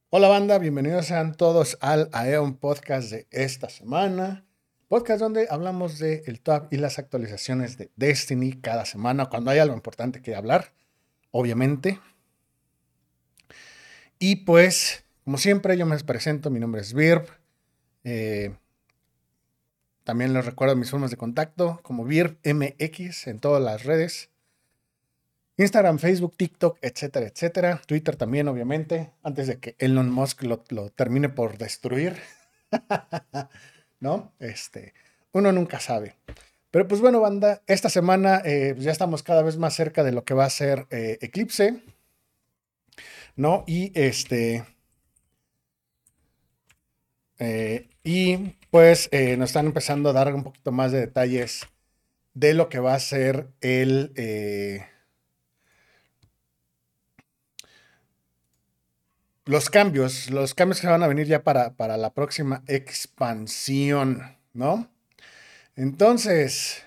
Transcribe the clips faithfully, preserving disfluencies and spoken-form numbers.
Hola banda, bienvenidos sean todos al Aeon Podcast de esta semana. Podcast donde hablamos de el top y las actualizaciones de Destiny cada semana, cuando hay algo importante que hablar, obviamente. Y pues, como siempre, yo me presento, mi nombre es Virb. Eh, también les recuerdo mis formas de contacto, como VirbMX en todas las redes. Instagram, Facebook, TikTok, etcétera, etcétera. Twitter también, obviamente, antes de que Elon Musk lo, lo termine por destruir. ¿No? Este, uno nunca sabe. Pero pues bueno, banda, esta semana eh, ya estamos cada vez más cerca de lo que va a ser eh, Eclipse, ¿no? Y este, eh, y pues eh, nos están empezando a dar un poquito más de detalles de lo que va a ser el, eh, los cambios, los cambios que van a venir ya para, para la próxima expansión, ¿no? Entonces,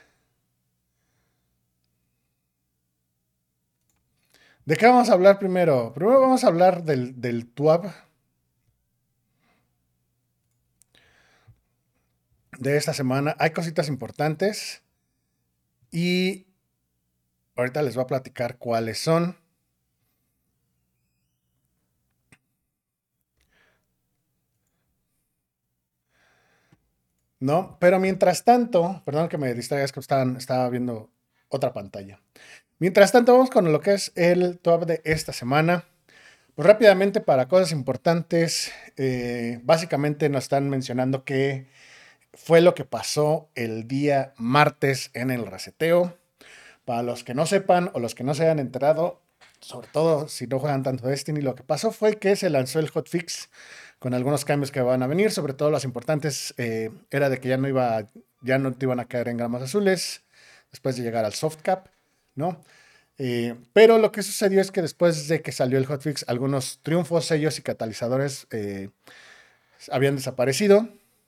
¿de qué vamos a hablar primero? Primero vamos a hablar del, del TWAB de esta semana. Hay cositas importantes y ahorita les voy a platicar cuáles son, ¿no? Pero mientras tanto, perdón que me distraiga, es que estaban, estaba viendo otra pantalla. Mientras tanto, vamos con lo que es el top de esta semana. Pues rápidamente, para cosas importantes, eh, básicamente nos están mencionando que fue lo que pasó el día martes en el reseteo. Para los que no sepan o los que no se hayan enterado, sobre todo si no juegan tanto Destiny, lo que pasó fue que se lanzó el hotfix con algunos cambios que van a venir, sobre todo los importantes, eh, era de que ya no iba, ya no te iban a caer en gramas azules después de llegar al soft cap, ¿no? Eh, pero lo que sucedió es que después de que salió el hotfix, algunos triunfos, sellos y catalizadores eh, habían desaparecido.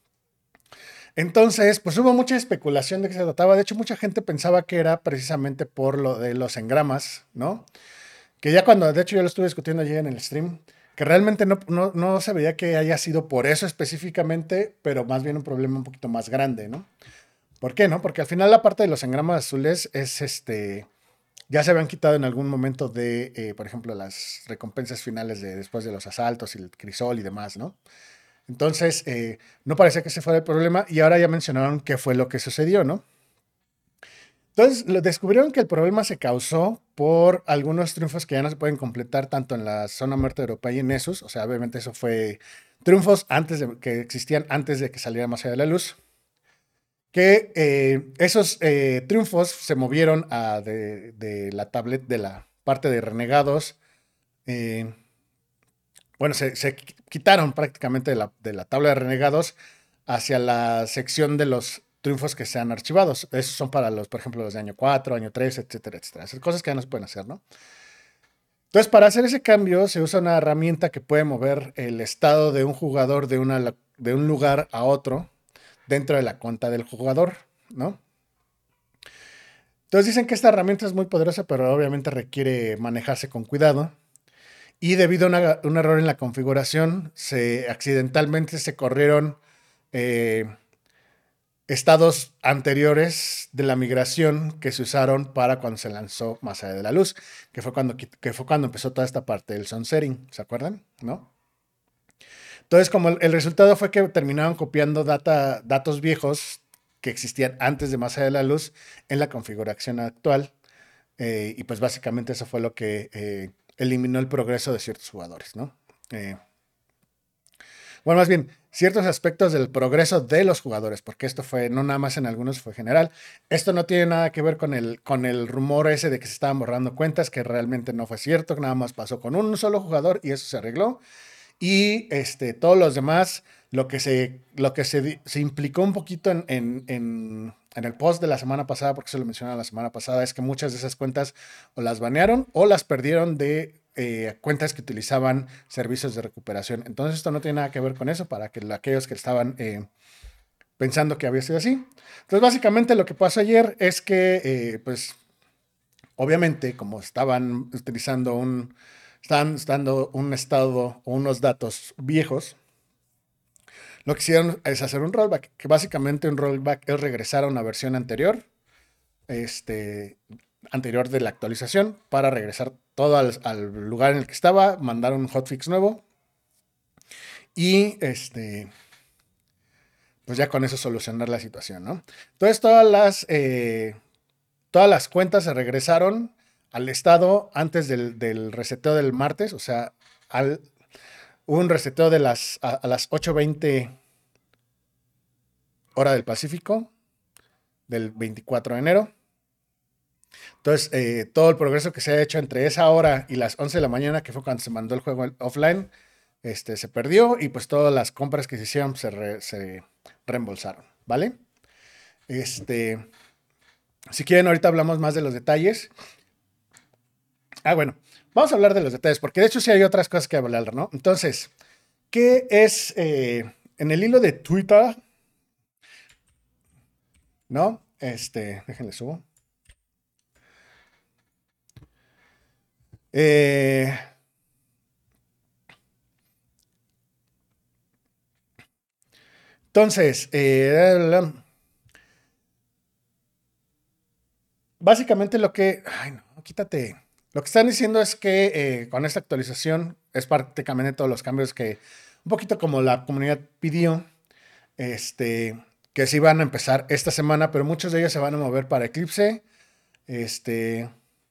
Entonces, pues hubo mucha especulación de qué se trataba. De hecho, mucha gente pensaba que era precisamente por lo de los engramas, ¿no? Que ya cuando, de hecho, yo lo estuve discutiendo ayer en el stream, que realmente no, no, no se veía que haya sido por eso específicamente, pero más bien un problema un poquito más grande, ¿no? ¿Por qué, no? Porque al final la parte de los engramas azules es este. Ya se habían quitado en algún momento de, eh, por ejemplo, las recompensas finales de después de los asaltos y el crisol y demás, ¿no? Entonces, eh, no parecía que ese fuera el problema y ahora ya mencionaron qué fue lo que sucedió, ¿no? Entonces, lo descubrieron que el problema se causó por algunos triunfos que ya no se pueden completar tanto en la zona muerta europea y en Nessus. O sea, obviamente eso fue triunfos antes de, que existían antes de que saliera más allá de la luz. Que eh, esos eh, triunfos se movieron a de, de, la tablet de la parte de renegados. Eh, bueno, se, se, quitaron prácticamente de la, de la tabla de renegados hacia la sección de los triunfos que sean archivados. Esos son para los, por ejemplo, los de año cuatro, año tres, etcétera, etcétera. Esas cosas que ya no se pueden hacer, ¿no? Entonces, para hacer ese cambio, se usa una herramienta que puede mover el estado de un jugador de, una, de un lugar a otro dentro de la cuenta del jugador, ¿no? Entonces dicen que esta herramienta es muy poderosa, pero obviamente requiere manejarse con cuidado. Y debido a una, un error en la configuración, se accidentalmente se corrieron eh, estados anteriores de la migración que se usaron para cuando se lanzó Más allá de la luz, que fue cuando, que fue cuando empezó toda esta parte del sunsetting, ¿se acuerdan? ¿No? Entonces, como el, el resultado fue que terminaron copiando data, datos viejos que existían antes de Más allá de la luz en la configuración actual, eh, y pues básicamente eso fue lo que eh, eliminó el progreso de ciertos jugadores, ¿no? Eh, bueno, más bien, ciertos aspectos del progreso de los jugadores, porque esto fue, no nada más en algunos, fue general. Esto no tiene nada que ver con el, con el rumor ese de que se estaban borrando cuentas, que realmente no fue cierto, que nada más pasó con un solo jugador y eso se arregló. Y este, todos los demás, lo que se, lo que se, se implicó un poquito en, en, en, en el post de la semana pasada, porque se lo mencionaba la semana pasada, es que muchas de esas cuentas o las banearon o las perdieron de eh, cuentas que utilizaban servicios de recuperación. Entonces esto no tiene nada que ver con eso para que aquellos que estaban eh, pensando que había sido así. Entonces básicamente lo que pasó ayer es que, eh, pues obviamente como estaban utilizando un estaban dando un estado o unos datos viejos. Lo que hicieron es hacer un rollback, que básicamente un rollback es regresar a una versión anterior, este, anterior de la actualización, para regresar todo al, al lugar en el que estaba, mandar un hotfix nuevo y este, pues ya con eso solucionar la situación, ¿no? Entonces todas las, eh, todas las cuentas se regresaron al estado antes del, del reseteo del martes, o sea, al, hubo un reseteo de las, a, a las ocho veinte hora del Pacífico del veinticuatro de enero. Entonces, eh, todo el progreso que se ha hecho entre esa hora y las once de la mañana, que fue cuando se mandó el juego offline, este, se perdió y pues todas las compras que se hicieron se, re, se reembolsaron, ¿vale? Este, si quieren, ahorita hablamos más de los detalles. Ah, bueno, vamos a hablar de los detalles, porque de hecho sí hay otras cosas que hablar, ¿no? Entonces, ¿qué es eh, en el hilo de Twitter? ¿No? Este, déjenle subo. Eh, entonces, eh, básicamente lo que... Ay, no, quítate. Lo que están diciendo es que eh, con esta actualización es prácticamente todos los cambios que, un poquito como la comunidad pidió, este, que sí van a empezar esta semana, pero muchos de ellos se van a mover para Eclipse. Este,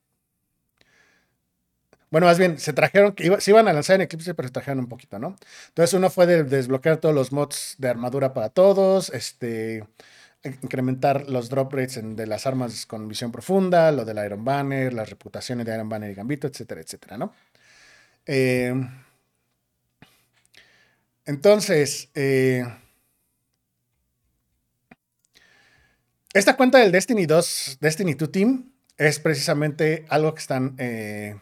bueno, más bien, se trajeron, que iba, se iban a lanzar en Eclipse, pero se trajeron un poquito, ¿no? Entonces, uno fue de desbloquear todos los mods de armadura para todos, este, incrementar los drop rates en, de las armas con visión profunda, lo del Iron Banner, las reputaciones de Iron Banner y Gambito, etcétera, etcétera, ¿no? Eh, entonces, eh, esta cuenta del Destiny dos, Destiny dos Team, es precisamente algo que están... Eh,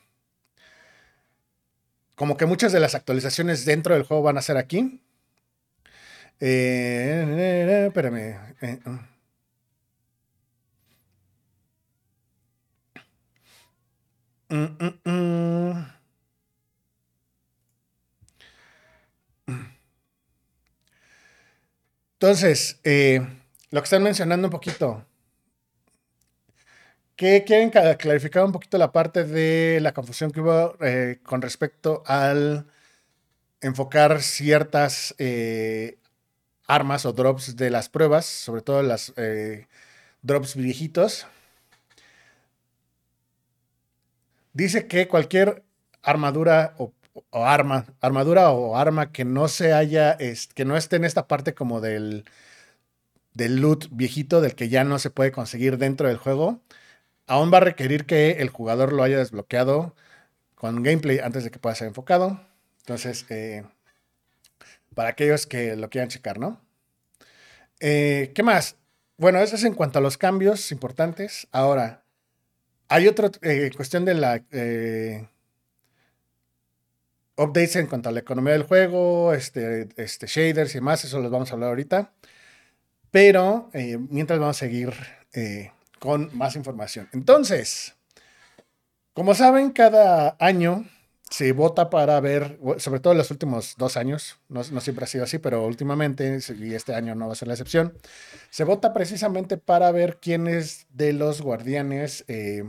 como que muchas de las actualizaciones dentro del juego van a ser aquí. Eh, espérame. Eh, mm, mm, mm. Entonces, eh, lo que están mencionando un poquito, que quieren clarificar un poquito la parte de la confusión que hubo eh, con respecto al enfocar ciertas eh, armas o drops de las pruebas, sobre todo las eh, drops viejitos. Dice que cualquier armadura o, o, arma, armadura o arma que no se haya, es, que no esté en esta parte como del, del loot viejito, del que ya no se puede conseguir dentro del juego, aún va a requerir que el jugador lo haya desbloqueado con gameplay antes de que pueda ser enfocado. Entonces, eh, para aquellos que lo quieran checar, ¿no? Eh, ¿Qué más? Bueno, eso es en cuanto a los cambios importantes. Ahora, hay otra eh, cuestión de la eh, updates en cuanto a la economía del juego, este, este, shaders y demás, eso los vamos a hablar ahorita. Pero eh, mientras vamos a seguir eh, con más información. Entonces, como saben, cada año se vota para ver, sobre todo en los últimos dos años, no, no siempre ha sido así, pero últimamente, y este año no va a ser la excepción, se vota precisamente para ver quiénes de los guardianes eh,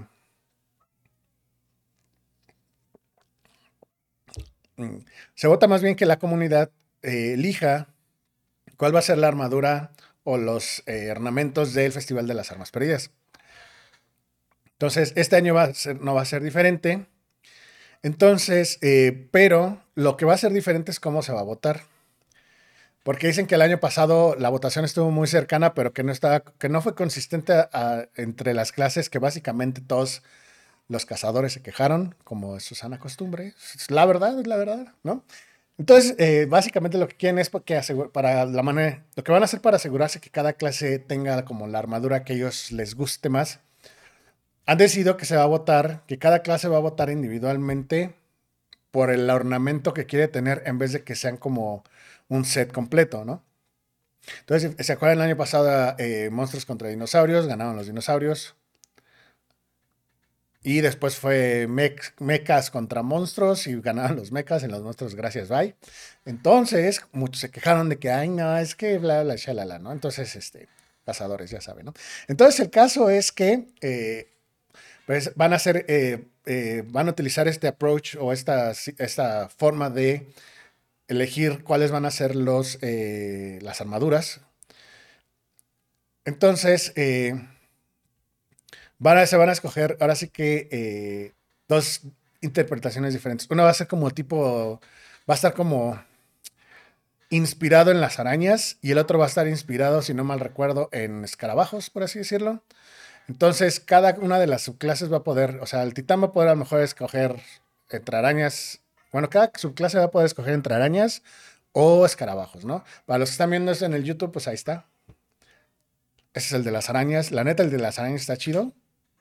mm, se vota más bien que la comunidad eh, elija cuál va a ser la armadura o los eh, ornamentos del Festival de las Armas Perdidas. Entonces, este año va a ser, no va a ser diferente. Entonces, eh, pero lo que va a ser diferente es cómo se va a votar. Porque dicen que el año pasado la votación estuvo muy cercana, pero que no, estaba, que no fue consistente a, a, entre las clases, que básicamente todos los cazadores se quejaron, como es su sana costumbre. Es la verdad, es la verdad, ¿no? Entonces, eh, básicamente lo que quieren es porque para la manera, lo que van a hacer para asegurarse que cada clase tenga como la armadura que a ellos les guste más, han decidido que se va a votar, que cada clase va a votar individualmente por el ornamento que quiere tener en vez de que sean como un set completo, ¿no? Entonces, ¿se acuerdan el año pasado eh, Monstruos contra Dinosaurios? Ganaron los dinosaurios. Y después fue mech- mechas contra monstruos y ganaron los mechas en los monstruos, gracias, bye. Entonces, muchos se quejaron de que, ay, no, es que bla, bla, shalala, ¿no? Entonces, este, cazadores, ya saben, ¿no? Entonces, el caso es que eh, pues, van a hacer, eh, eh, van a utilizar este approach o esta, si- esta forma de elegir cuáles van a ser los, eh, las armaduras. Entonces, eh, van a, se van a escoger ahora sí que eh, dos interpretaciones diferentes. Una va a ser como tipo, va a estar como inspirado en las arañas y el otro va a estar inspirado, si no mal recuerdo, en escarabajos, por así decirlo. Entonces, cada una de las subclases va a poder, o sea, el titán va a poder a lo mejor escoger entre arañas. Bueno, cada subclase va a poder escoger entre arañas o escarabajos, ¿no? Para los que están viendo esto en el YouTube, pues ahí está. Ese es el de las arañas. La neta, el de las arañas está chido.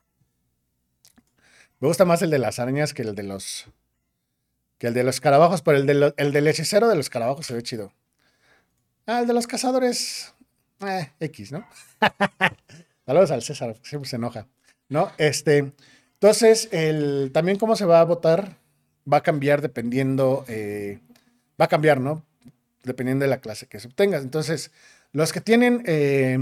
Me gusta más el de las arañas que el de los que el de los escarabajos, pero el, de lo- el del hechicero de los escarabajos se ve chido. Ah, el de los cazadores, eh, X, ¿no? Saludos al César, que siempre se enoja, ¿no? Este, entonces, el, también cómo se va a votar va a cambiar dependiendo, eh, va a cambiar, ¿no? Dependiendo de la clase que se obtenga. Entonces, los que tienen, eh,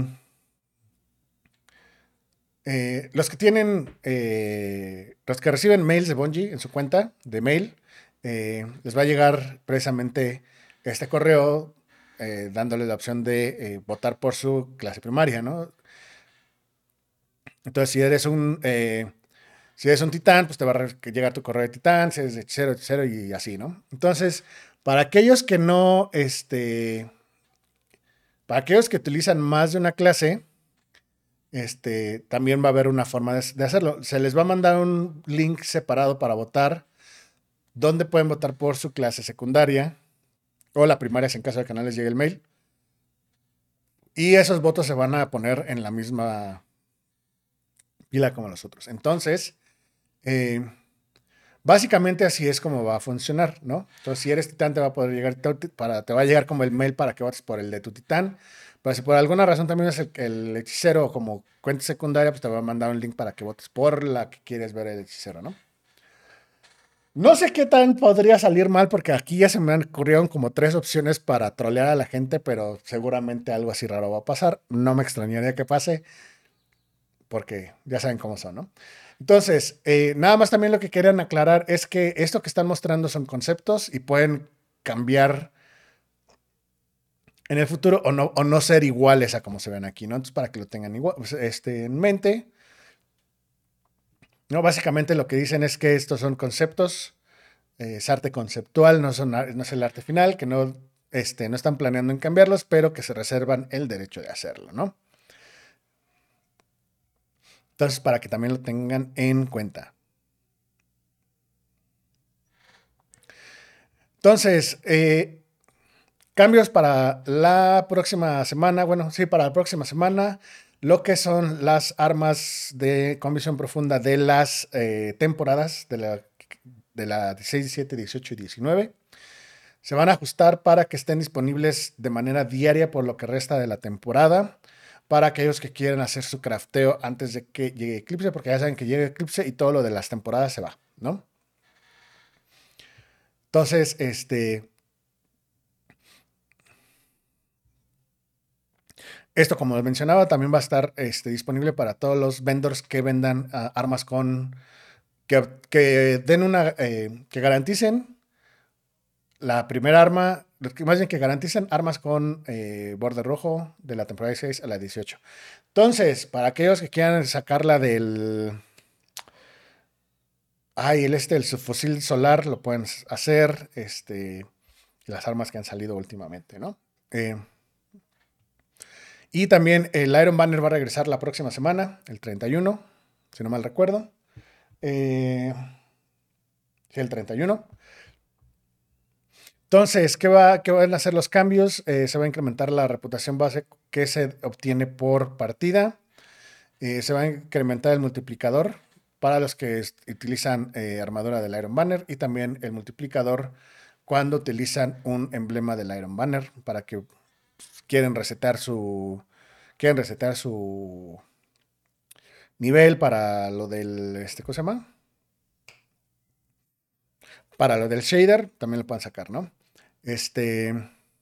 eh, los que tienen, eh, los que reciben mails de Bungie en su cuenta de mail, eh, les va a llegar precisamente este correo eh, dándoles la opción de eh, votar por su clase primaria, ¿no? Entonces, si eres un, eh, si eres un titán, pues te va a llegar tu correo de titán, si eres de hechicero, hechicero y así, ¿no? Entonces, para aquellos que no, este, para aquellos que utilizan más de una clase, este, también va a haber una forma de, de hacerlo. Se les va a mandar un link separado para votar, donde pueden votar por su clase secundaria o la primaria, si en caso de que no les llegue el mail. Y esos votos se van a poner en la misma pila como los otros. Entonces, eh, básicamente así es como va a funcionar, ¿no? Entonces, si eres titán, te va a poder llegar, para, te va a llegar como el mail para que votes por el de tu titán. Pero si por alguna razón también es el, el hechicero como cuenta secundaria, pues te va a mandar un link para que votes por la que quieres ver el hechicero, ¿no? No sé qué tan podría salir mal porque aquí ya se me han ocurrido como tres opciones para trolear a la gente, pero seguramente algo así raro va a pasar. No me extrañaría que pase porque ya saben cómo son, ¿no? Entonces, eh, nada más también lo que querían aclarar es que esto que están mostrando son conceptos y pueden cambiar en el futuro o no, o no ser iguales a como se ven aquí, ¿no? Entonces, para que lo tengan igual, pues, este, en mente, ¿no? Básicamente lo que dicen es que estos son conceptos, eh, es arte conceptual, no, son, no es el arte final, que no, este, no están planeando en cambiarlos, pero que se reservan el derecho de hacerlo, ¿no? Entonces, para que también lo tengan en cuenta. Entonces, eh, cambios para la próxima semana, bueno, sí, para la próxima semana, lo que son las armas de convicción profunda de las eh, temporadas de la, de la dieciséis, diecisiete, dieciocho y diecinueve. Se van a ajustar para que estén disponibles de manera diaria por lo que resta de la temporada, para aquellos que quieren hacer su crafteo antes de que llegue Eclipse, porque ya saben que llega Eclipse y todo lo de las temporadas se va, ¿no? Entonces, este, esto, como les mencionaba, también va a estar este, disponible para todos los vendors que vendan uh, armas con. Que, que den una. Eh, que garanticen la primera arma. Más bien que garanticen armas con eh, borde rojo de la temporada dieciséis a la dieciocho. Entonces, para aquellos que quieran sacarla del. Ay, el este, el subfusil solar, lo pueden hacer. Este. Las armas que han salido últimamente, ¿no? Eh, Y también el Iron Banner va a regresar la próxima semana, el treinta y uno, si no mal recuerdo. Eh, sí, el treinta y uno. Entonces, ¿qué, va, qué van a hacer los cambios? Eh, se va a incrementar la reputación base que se obtiene por partida. Eh, se va a incrementar el multiplicador para los que utilizan eh, armadura del Iron Banner y también el multiplicador cuando utilizan un emblema del Iron Banner para que quieren resetar su quieren resetar su nivel para lo del, este, ¿cómo se llama? para lo del shader, también lo pueden sacar, ¿no? Este.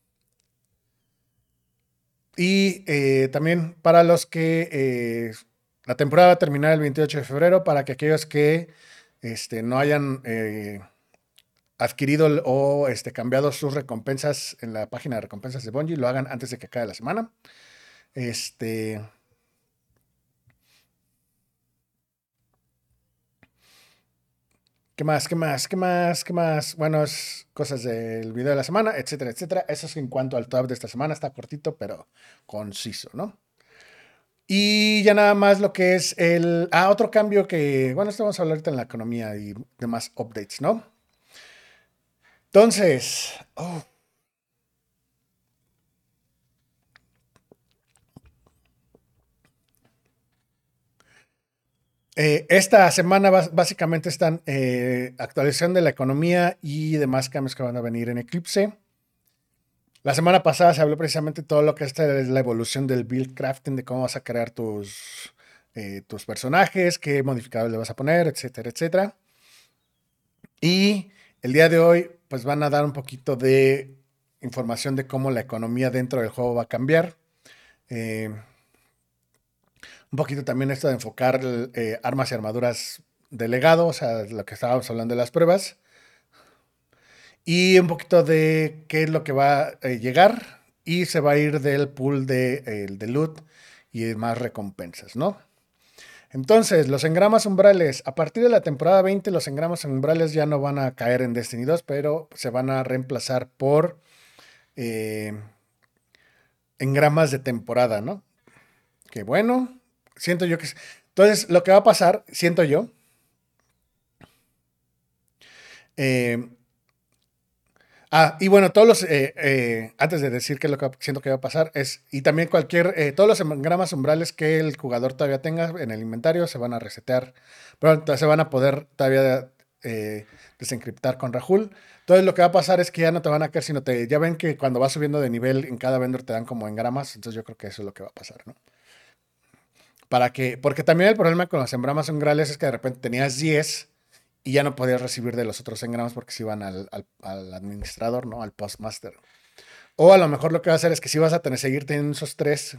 Y eh, también para los que eh, la temporada va a terminar el veintiocho de febrero, para que aquellos que este, no hayan eh, adquirido o este, cambiado sus recompensas en la página de recompensas de Bungie, lo hagan antes de que acabe la semana. Este. ¿Qué más? ¿Qué más? ¿Qué más? ¿Qué más? Bueno, es cosas del video de la semana, etcétera, etcétera. Eso es en cuanto al top de esta semana. Está cortito, pero conciso, ¿no? Y ya nada más lo que es el... Ah, otro cambio que... Bueno, esto vamos a hablar ahorita en la economía y demás updates, ¿no? Entonces... Oh, eh, esta semana bas- básicamente están eh, actualización de la economía y demás cambios que van a venir en Eclipse. La semana pasada se habló precisamente todo lo que esta es la evolución del build crafting, de cómo vas a crear tus, eh, tus personajes, qué modificadores le vas a poner, etcétera, etcétera. Y el día de hoy, pues van a dar un poquito de información de cómo la economía dentro del juego va a cambiar. Eh, un poquito también esto de enfocar eh, armas y armaduras de legado, o sea, lo que estábamos hablando de las pruebas. Y un poquito de qué es lo que va a eh, llegar. Y se va a ir del pool de, eh, de loot y más recompensas, ¿no? Entonces, los engramas umbrales. A partir de la temporada veinte, los engramas umbrales ya no van a caer en Destiny dos, pero se van a reemplazar por eh, engramas de temporada, ¿no? Que bueno, siento yo que... Entonces, lo que va a pasar, siento yo, eh, ah, y bueno, todos los, eh, eh, antes de decir qué es lo que siento que va a pasar, es, y también cualquier, eh, todos los engramas umbrales que el jugador todavía tenga en el inventario se van a resetear, pero se van a poder todavía eh, desencriptar con Rahul. Entonces lo que va a pasar es que ya no te van a caer, sino te, ya ven que cuando vas subiendo de nivel en cada vendor te dan como engramas, entonces yo creo que eso es lo que va a pasar, ¿no? Para que, porque también el problema con los engramas umbrales es que de repente tenías diez y ya no podías recibir de los otros engramas porque se iban al, al, al administrador, ¿no? Al postmaster. O a lo mejor lo que va a hacer es que si vas a tener seguir teniendo esos tres,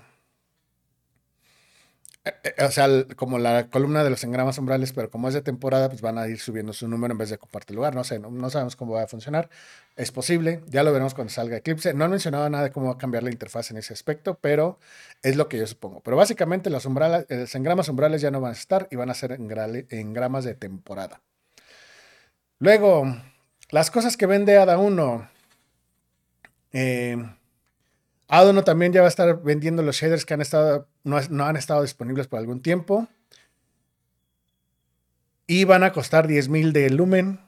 eh, eh, o sea, el- como la columna de los engramas umbrales, pero como es de temporada, pues van a ir subiendo su número en vez de compartir lugar. No sé, no, no sabemos cómo va a funcionar. Es posible, ya lo veremos cuando salga Eclipse. No han mencionado nada de cómo va a cambiar la interfaz en ese aspecto, pero es lo que yo supongo. Pero básicamente los, umbrales, los engramas umbrales ya no van a estar y van a ser engrale- engramas de temporada. Luego, las cosas que vende Ada uno. Eh, Adono también ya va a estar vendiendo los shaders que han estado, no, no han estado disponibles por algún tiempo. Y van a costar diez mil de Lumen.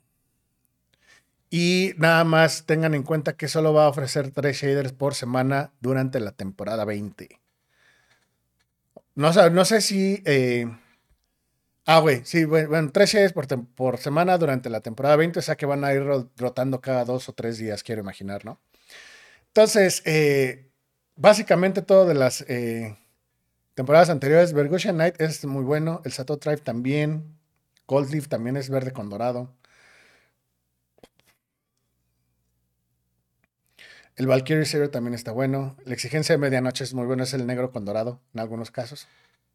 Y nada más tengan en cuenta que solo va a ofrecer tres shaders por semana durante la temporada veinte. No, no sé si... Eh, ah, güey, sí, bueno, tres shaders por, por, semana durante la temporada veinte. O sea que van a ir rotando cada dos o tres días, quiero imaginar, ¿no? Entonces, eh, básicamente todo de las... Eh, temporadas anteriores, Bergusian Knight es muy bueno. El Sato Tribe también. Gold Leaf también es verde con dorado. El Valkyrie Zero también está bueno. La exigencia de medianoche es muy bueno. Es el negro con dorado en algunos casos.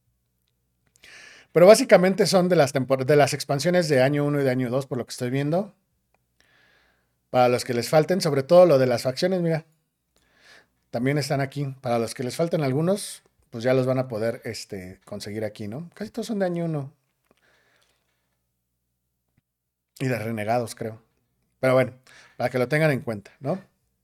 Pero básicamente son de las, de las expansiones de año uno y de año dos, por lo que estoy viendo. Para los que les falten, sobre todo lo de las facciones, mira. También están aquí. Para los que les falten algunos, pues ya los van a poder este, conseguir aquí, ¿no? Casi todos son de año uno. Y de renegados, creo. Pero bueno, para que lo tengan en cuenta, ¿no?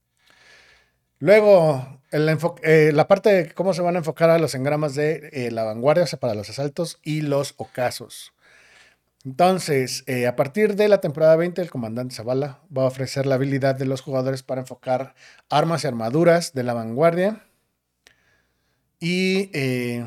Luego, el eh, la parte de cómo se van a enfocar a los engramas de eh, la vanguardia, o sea, para los asaltos y los ocasos. Entonces, eh, a partir de la temporada veinte, el comandante Zavala va a ofrecer la habilidad de los jugadores para enfocar armas y armaduras de la vanguardia. Y eh,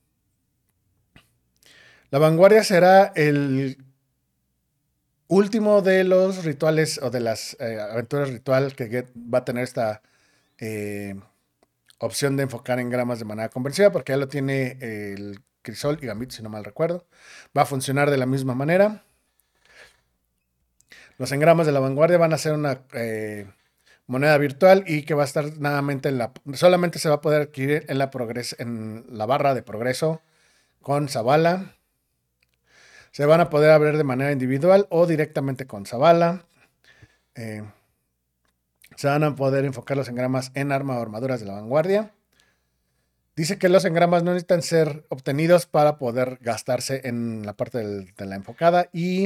la vanguardia será el último de los rituales o de las eh, aventuras ritual que va a tener esta eh, opción de enfocar en gramas de manera conversiva, porque ya lo tiene el Crisol y Gambit, si no mal recuerdo. Va a funcionar de la misma manera. Los engramas de la vanguardia van a ser una eh, moneda virtual y que va a estar nuevamente en la... Solamente se va a poder adquirir en la, progres, en la barra de progreso con Zavala. Se van a poder abrir de manera individual o directamente con Zavala. Eh, se van a poder enfocar los engramas en arma o armaduras de la vanguardia. Dice que los engramas no necesitan ser obtenidos para poder gastarse en la parte del, de la enfocada y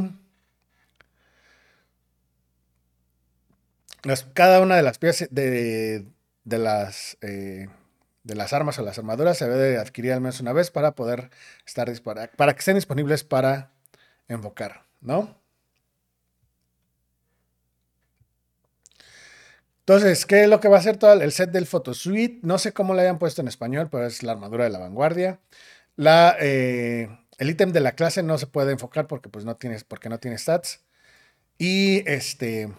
las, cada una de las piezas de, de las eh, de las armas o las armaduras se debe adquirir al menos una vez para poder estar para, para que estén disponibles para enfocar, ¿no? Entonces, ¿qué es lo que va a hacer todo el set del Photosuite? No sé cómo le hayan puesto en español, pero es la armadura de la vanguardia. La, eh, el ítem de la clase no se puede enfocar porque, pues, no tienes, porque no tiene stats. Y este.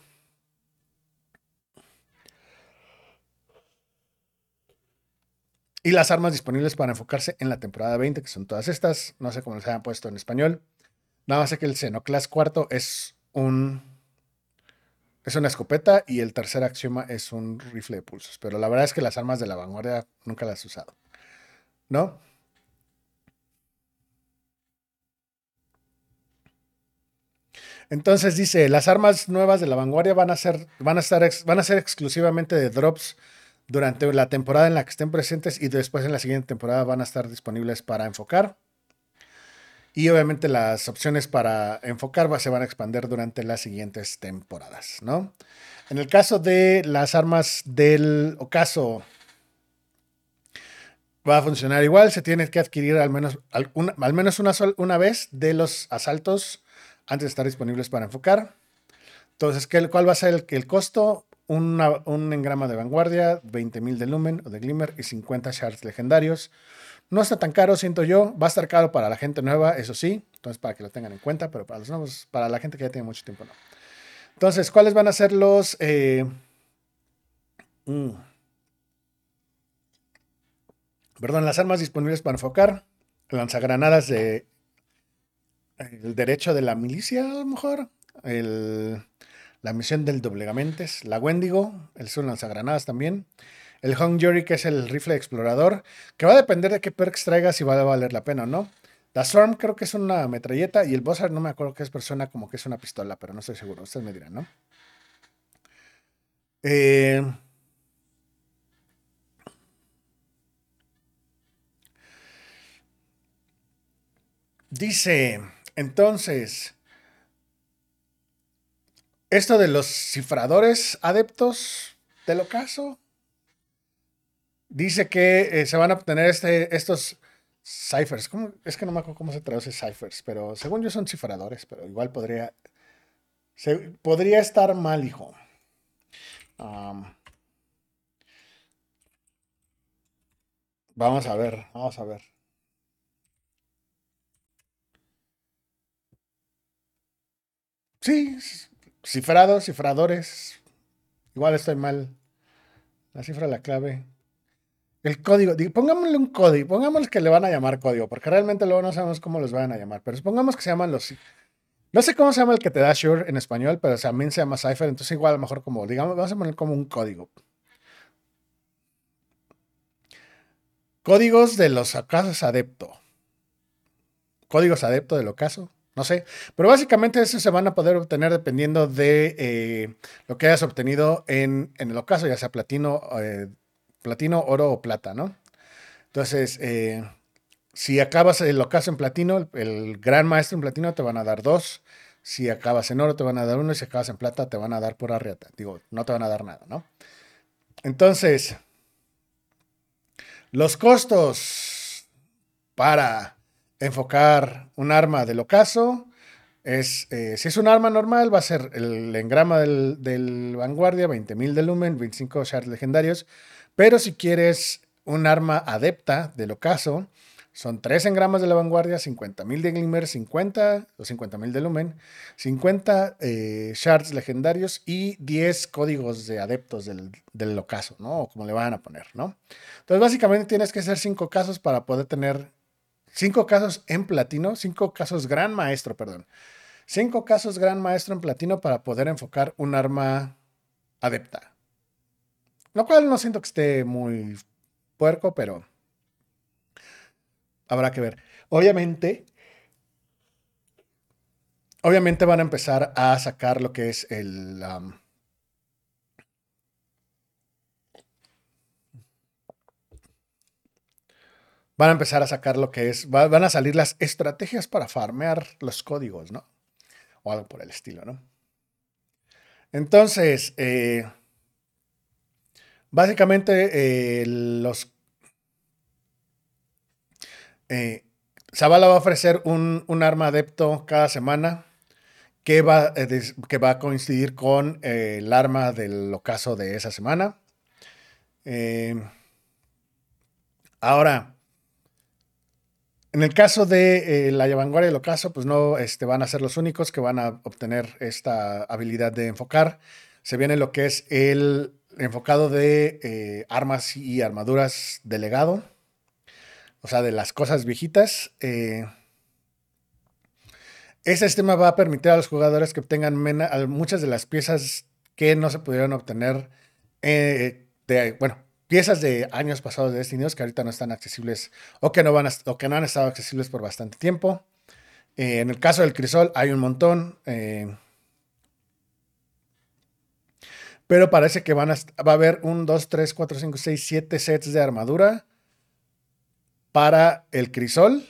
Y las armas disponibles para enfocarse en la temporada veinte, que son todas estas. No sé cómo les hayan puesto en español. Nada más sé que el Xenoclast cuarto es un. Es una escopeta y el tercer axioma es un rifle de pulsos. Pero la verdad es que las armas de la vanguardia nunca las he usado, ¿no? Entonces dice, las armas nuevas de la vanguardia van a ser, van a estar, ex, van a ser exclusivamente de drops durante la temporada en la que estén presentes y después en la siguiente temporada van a estar disponibles para enfocar. Y obviamente las opciones para enfocar va, se van a expandir durante las siguientes temporadas, ¿no? En el caso de las armas del ocaso, va a funcionar igual. Se tiene que adquirir al menos, al, una, al menos una, sol, una vez de los asaltos antes de estar disponibles para enfocar. Entonces, ¿qué, ¿cuál va a ser el, el costo? Una, un engrama de vanguardia, veinte mil de lumen o de glimmer y cincuenta shards legendarios. No está tan caro, siento yo. Va a estar caro para la gente nueva, eso sí. Entonces, para que lo tengan en cuenta, pero para los nuevos, para la gente que ya tiene mucho tiempo, no. Entonces, ¿cuáles van a ser los... Eh, mm, perdón, las armas disponibles para enfocar? Lanzagranadas de... El derecho de la milicia, a lo mejor. El, la misión del doblegamentes. La Wendigo, el son lanzagranadas también. El Hung Jury, que es el rifle explorador, que va a depender de qué perks traigas si va a valer la pena o no. La Storm creo que es una metralleta y el Buzzard no me acuerdo qué es, persona como que es una pistola, pero no estoy seguro. Ustedes me dirán, ¿no? Eh, dice, entonces, esto de los cifradores adeptos del ocaso, dice que eh, se van a obtener este, estos ciphers. ¿Cómo? Es que no me acuerdo cómo se traduce ciphers, pero según yo son cifradores, pero igual podría, se, podría estar mal, hijo. Um, vamos a ver, vamos a ver. Sí, cifrados, cifradores. Igual estoy mal. La cifra, la clave. El código, pongámosle un código, pongamos que le van a llamar código, porque realmente luego no sabemos cómo los van a llamar, pero supongamos que se llaman los... No sé cómo se llama el que te da Shure en español, pero también se llama Cipher, entonces igual a lo mejor como, digamos, vamos a poner como un código. Códigos de los ocasos adepto. Códigos adepto del ocaso, no sé. Pero básicamente eso se van a poder obtener dependiendo de eh, lo que hayas obtenido en, en, el ocaso, ya sea platino, eh, platino, oro o plata, ¿no? Entonces, eh, si acabas el ocaso en platino, el, el gran maestro en platino te van a dar dos. Si acabas en oro te van a dar uno y si acabas en plata te van a dar por arriata. Digo, no te van a dar nada, ¿no? Entonces, los costos para enfocar un arma del ocaso es, eh, si es un arma normal, va a ser el engrama del, del vanguardia, veinte mil de lumen, veinticinco shards legendarios. Pero si quieres un arma adepta del ocaso, son tres engramas de la vanguardia, cincuenta mil de glimmer, cincuenta o cincuenta mil de lumen, cincuenta eh, shards legendarios y diez códigos de adeptos del, del ocaso, ¿no? O como le van a poner, ¿no? Entonces, básicamente tienes que hacer cinco casos para poder tener cinco casos en platino, cinco casos gran maestro, perdón. Cinco casos Gran Maestro en platino para poder enfocar un arma adepta. Lo cual no siento que esté muy puerco, pero habrá que ver. Obviamente, obviamente van a empezar a sacar lo que es el... Um, van a empezar a sacar lo que es... Va, van a salir las estrategias para farmear los códigos, ¿no? O algo por el estilo, ¿no? Entonces, eh, básicamente eh, los... Eh, Zavala va a ofrecer un, un arma adepto cada semana que va, eh, des, que va a coincidir con eh, el arma del ocaso de esa semana. Eh, ahora, en el caso de eh, la vanguardia y el ocaso, pues no este, van a ser los únicos que van a obtener esta habilidad de enfocar. Se viene lo que es el enfocado de eh, armas y armaduras de legado, o sea, de las cosas viejitas. Eh, Este sistema va a permitir a los jugadores que obtengan mena, muchas de las piezas que no se pudieron obtener, eh, de, bueno, piezas de años pasados de Destiny dos que ahorita no están accesibles o que no, van a, o que no han estado accesibles por bastante tiempo. Eh, en el caso del crisol hay un montón, eh, pero parece que van a, va a haber un, dos, tres, cuatro, cinco, seis, siete sets de armadura para el crisol.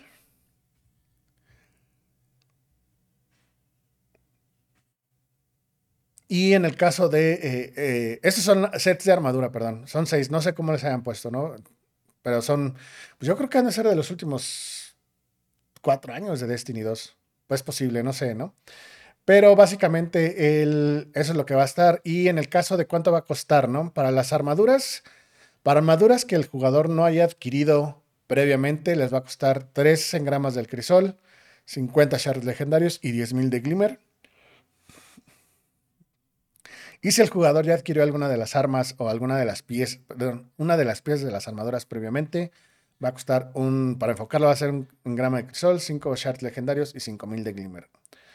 Y en el caso de... Eh, eh, estos son sets de armadura, perdón. Son seis. No sé cómo les hayan puesto, ¿no? Pero son... Pues yo creo que han de ser de los últimos cuatro años de Destiny dos. Pues posible, no sé, ¿no? Pero básicamente el, eso es lo que va a estar. Y en el caso de cuánto va a costar, ¿no? Para las armaduras, para armaduras que el jugador no haya adquirido previamente, les va a costar tres engramas del crisol, cincuenta shards legendarios y diez mil de glimmer. Y si el jugador ya adquirió alguna de las armas o alguna de las piezas, perdón, una de las piezas de las armaduras previamente, va a costar un, para enfocarlo va a ser un, un grama de crisol, cinco shards legendarios y cinco mil de glimmer.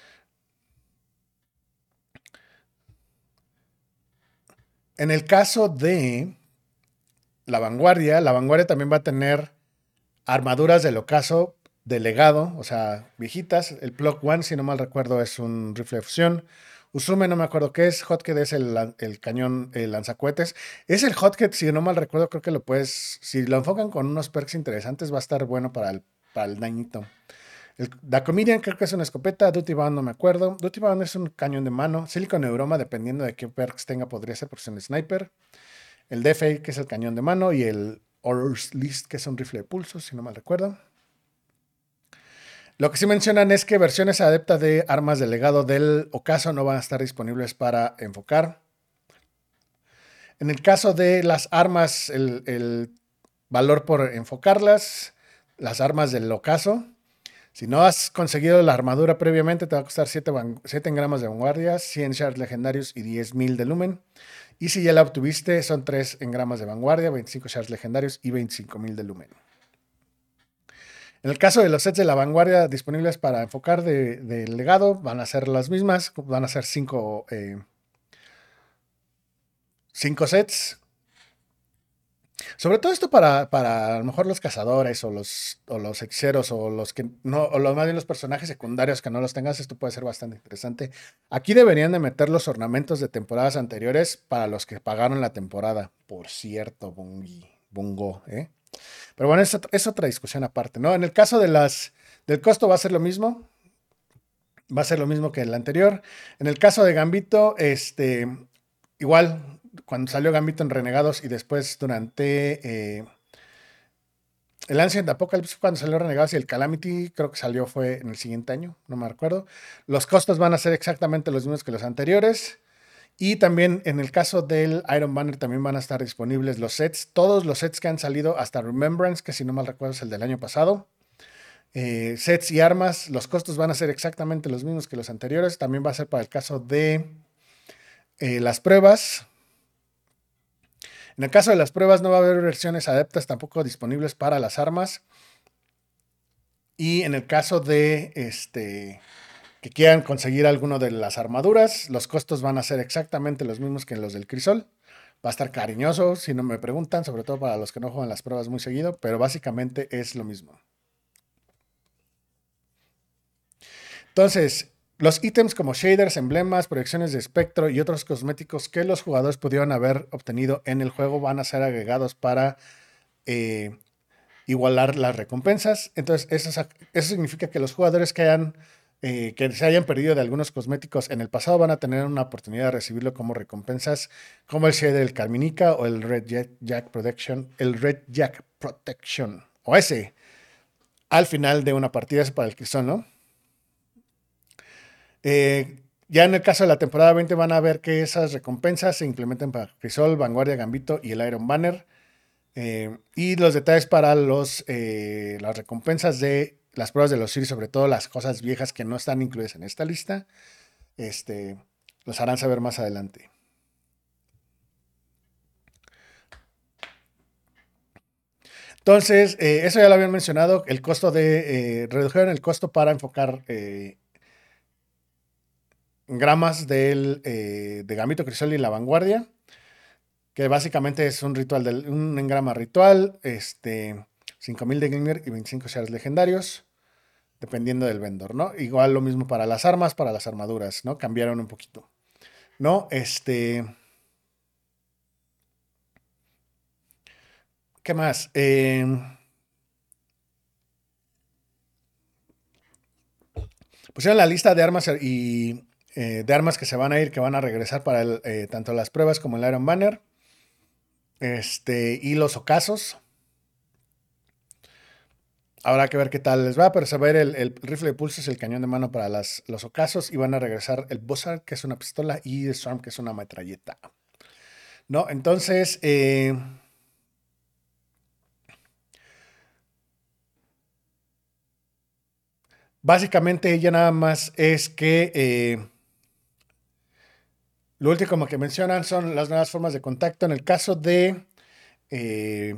En el caso de la vanguardia, la vanguardia también va a tener armaduras del ocaso de legado, o sea, viejitas. El Plug One, si no mal recuerdo, es un rifle de fusión. Usume, no me acuerdo qué es. Hotkey es el, el cañón, el lanzacohetes. Es el Hotkey, si no mal recuerdo, creo que lo puedes. Si lo enfocan con unos perks interesantes, va a estar bueno para el, para el dañito. El Dacomedian creo que es una escopeta. Duty Bound no me acuerdo. Duty Bound es un cañón de mano. Silicon Neuroma, dependiendo de qué perks tenga, podría ser porque es un sniper. El D F A, que es el cañón de mano. Y el Horror's List, que es un rifle de pulso, si no mal recuerdo. Lo que sí mencionan es que versiones adeptas de armas de legado del ocaso no van a estar disponibles para enfocar. En el caso de las armas, el, el valor por enfocarlas, las armas del ocaso, si no has conseguido la armadura previamente, te va a costar siete, siete engramas de vanguardia, cien shards legendarios y diez mil de lumen. Y si ya la obtuviste, son tres engramas de vanguardia, veinticinco shards legendarios y veinticinco mil de lumen. En el caso de los sets de la vanguardia disponibles para enfocar de, de legado, van a ser las mismas, van a ser cinco, eh, cinco sets. Sobre todo esto para, para a lo mejor los cazadores o los, o los hechiceros o los que no, o lo, más bien los personajes secundarios que no los tengas, esto puede ser bastante interesante. Aquí deberían de meter los ornamentos de temporadas anteriores para los que pagaron la temporada. Por cierto, Bungi, Bungo, ¿eh? Pero bueno, es, es otra discusión aparte, ¿no? En el caso de las, del costo va a ser lo mismo. Va a ser lo mismo que el anterior. En el caso de Gambito, este, igual, cuando salió Gambito en Renegados y después durante eh, el Ancient Apocalypse, cuando salió Renegados y el Calamity, creo que salió fue en el siguiente año, no me acuerdo. Los costos van a ser exactamente los mismos que los anteriores. Y también en el caso del Iron Banner también van a estar disponibles los sets, todos los sets que han salido hasta Remembrance, que si no mal recuerdo es el del año pasado. Eh, sets y armas, los costos van a ser exactamente los mismos que los anteriores. También va a ser para el caso de eh, las pruebas. En el caso de las pruebas no va a haber versiones adeptas tampoco disponibles para las armas. Y en el caso de este que quieran conseguir alguno de las armaduras, los costos van a ser exactamente los mismos que los del crisol. Va a estar cariñoso, si no me preguntan, sobre todo para los que no juegan las pruebas muy seguido, pero básicamente es lo mismo. Entonces, los ítems como shaders, emblemas, proyecciones de espectro y otros cosméticos que los jugadores pudieron haber obtenido en el juego van a ser agregados para eh, igualar las recompensas. Entonces, eso, eso significa que los jugadores que hayan eh, que se hayan perdido de algunos cosméticos en el pasado van a tener una oportunidad de recibirlo como recompensas, como el shader del Carminica o el Red Jack, Jack Protection, el Red Jack Protection, o ese, al final de una partida, es para el crisol, ¿no? Eh, ya en el caso de la temporada veinte van a ver que esas recompensas se implementan para Crisol, Vanguardia, Gambito y el Iron Banner. Eh, y los detalles para los, eh, las recompensas de las pruebas de los Siri, sobre todo las cosas viejas que no están incluidas en esta lista, este, los harán saber más adelante. Entonces, eh, eso ya lo habían mencionado, el costo de, eh, redujeron el costo para enfocar eh, gramas del, eh, de Gambito, Crisol y la Vanguardia, que básicamente es un ritual, del, un engrama ritual, este, cinco mil de Glimmer y veinticinco shares legendarios, dependiendo del vendor, ¿no? Igual lo mismo para las armas, para las armaduras, ¿no? Cambiaron un poquito, ¿no? Este... ¿Qué más? Eh, pusieron la lista de armas y eh, de armas que se van a ir, que van a regresar para el, eh, tanto las pruebas como el Iron Banner. Este, y los ocasos. Habrá que ver qué tal les va, pero se va a ir el, el rifle de pulsos, el cañón de mano para las, los ocasos, y van a regresar el Buzzard, que es una pistola, y el Storm, que es una metralleta. ¿No? Entonces, eh, básicamente ya nada más es que eh, lo último que mencionan son las nuevas formas de contacto. En el caso de... Eh,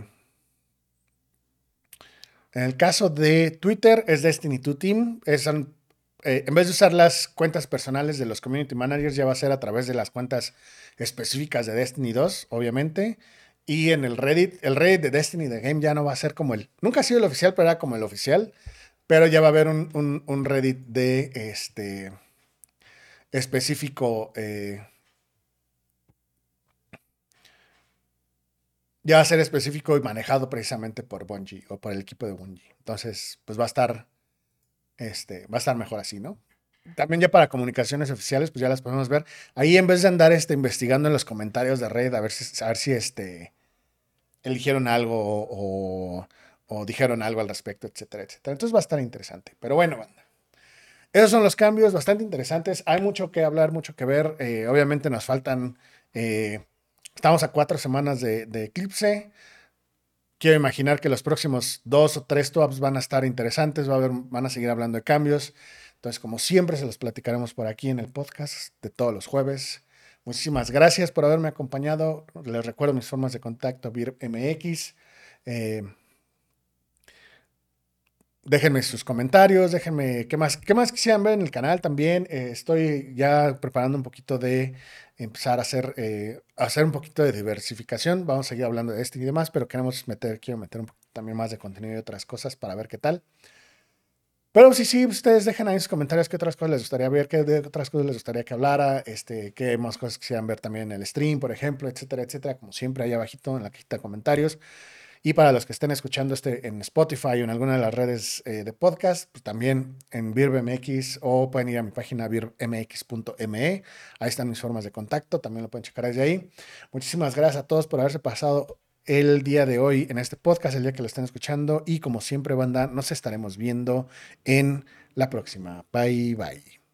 en el caso de Twitter es Destiny dos Team. Es, eh, en vez de usar las cuentas personales de los community managers, ya va a ser a través de las cuentas específicas de Destiny dos, obviamente. Y en el Reddit, el Reddit de Destiny The Game ya no va a ser como el... Nunca ha sido el oficial, pero era como el oficial. Pero ya va a haber un, un, un Reddit de este específico... Eh, ya va a ser específico y manejado precisamente por Bungie o por el equipo de Bungie. Entonces, pues va a estar, este, va a estar mejor así, ¿no? También ya para comunicaciones oficiales, pues ya las podemos ver. Ahí en vez de andar este, investigando en los comentarios de Reddit a ver si, a ver si este, eligieron algo o, o dijeron algo al respecto, etcétera, etcétera. Entonces va a estar interesante. Pero bueno, banda. Esos son los cambios bastante interesantes. Hay mucho que hablar, mucho que ver. Eh, obviamente nos faltan... Eh, estamos a cuatro semanas de, de Eclipse. Quiero imaginar que los próximos dos o tres tops van a estar interesantes, va a haber, van a seguir hablando de cambios. Entonces, como siempre, se los platicaremos por aquí en el podcast de todos los jueves. Muchísimas gracias por haberme acompañado. Les recuerdo mis formas de contacto, VirMX. Eh, déjenme sus comentarios, déjenme qué más, qué más quisieran ver en el canal también. Eh, estoy ya preparando un poquito de empezar a hacer, eh, a hacer un poquito de diversificación. Vamos a seguir hablando de este y demás, pero queremos meter, quiero meter un poquito también más de contenido y otras cosas para ver qué tal. Pero sí, sí, ustedes dejen ahí en sus comentarios qué otras cosas les gustaría ver, qué de otras cosas les gustaría que hablara, este, qué más cosas quisieran ver también en el stream, por ejemplo, etcétera, etcétera. Como siempre, ahí abajito en la cajita de comentarios. Y para los que estén escuchando este en Spotify o en alguna de las redes eh, de podcast, pues también en VirBMX o pueden ir a mi página vir m x punto m e. Ahí están mis formas de contacto, también lo pueden checar desde ahí. Muchísimas gracias a todos por haberse pasado el día de hoy en este podcast, el día que lo estén escuchando. Y como siempre, banda, nos estaremos viendo en la próxima. Bye, bye.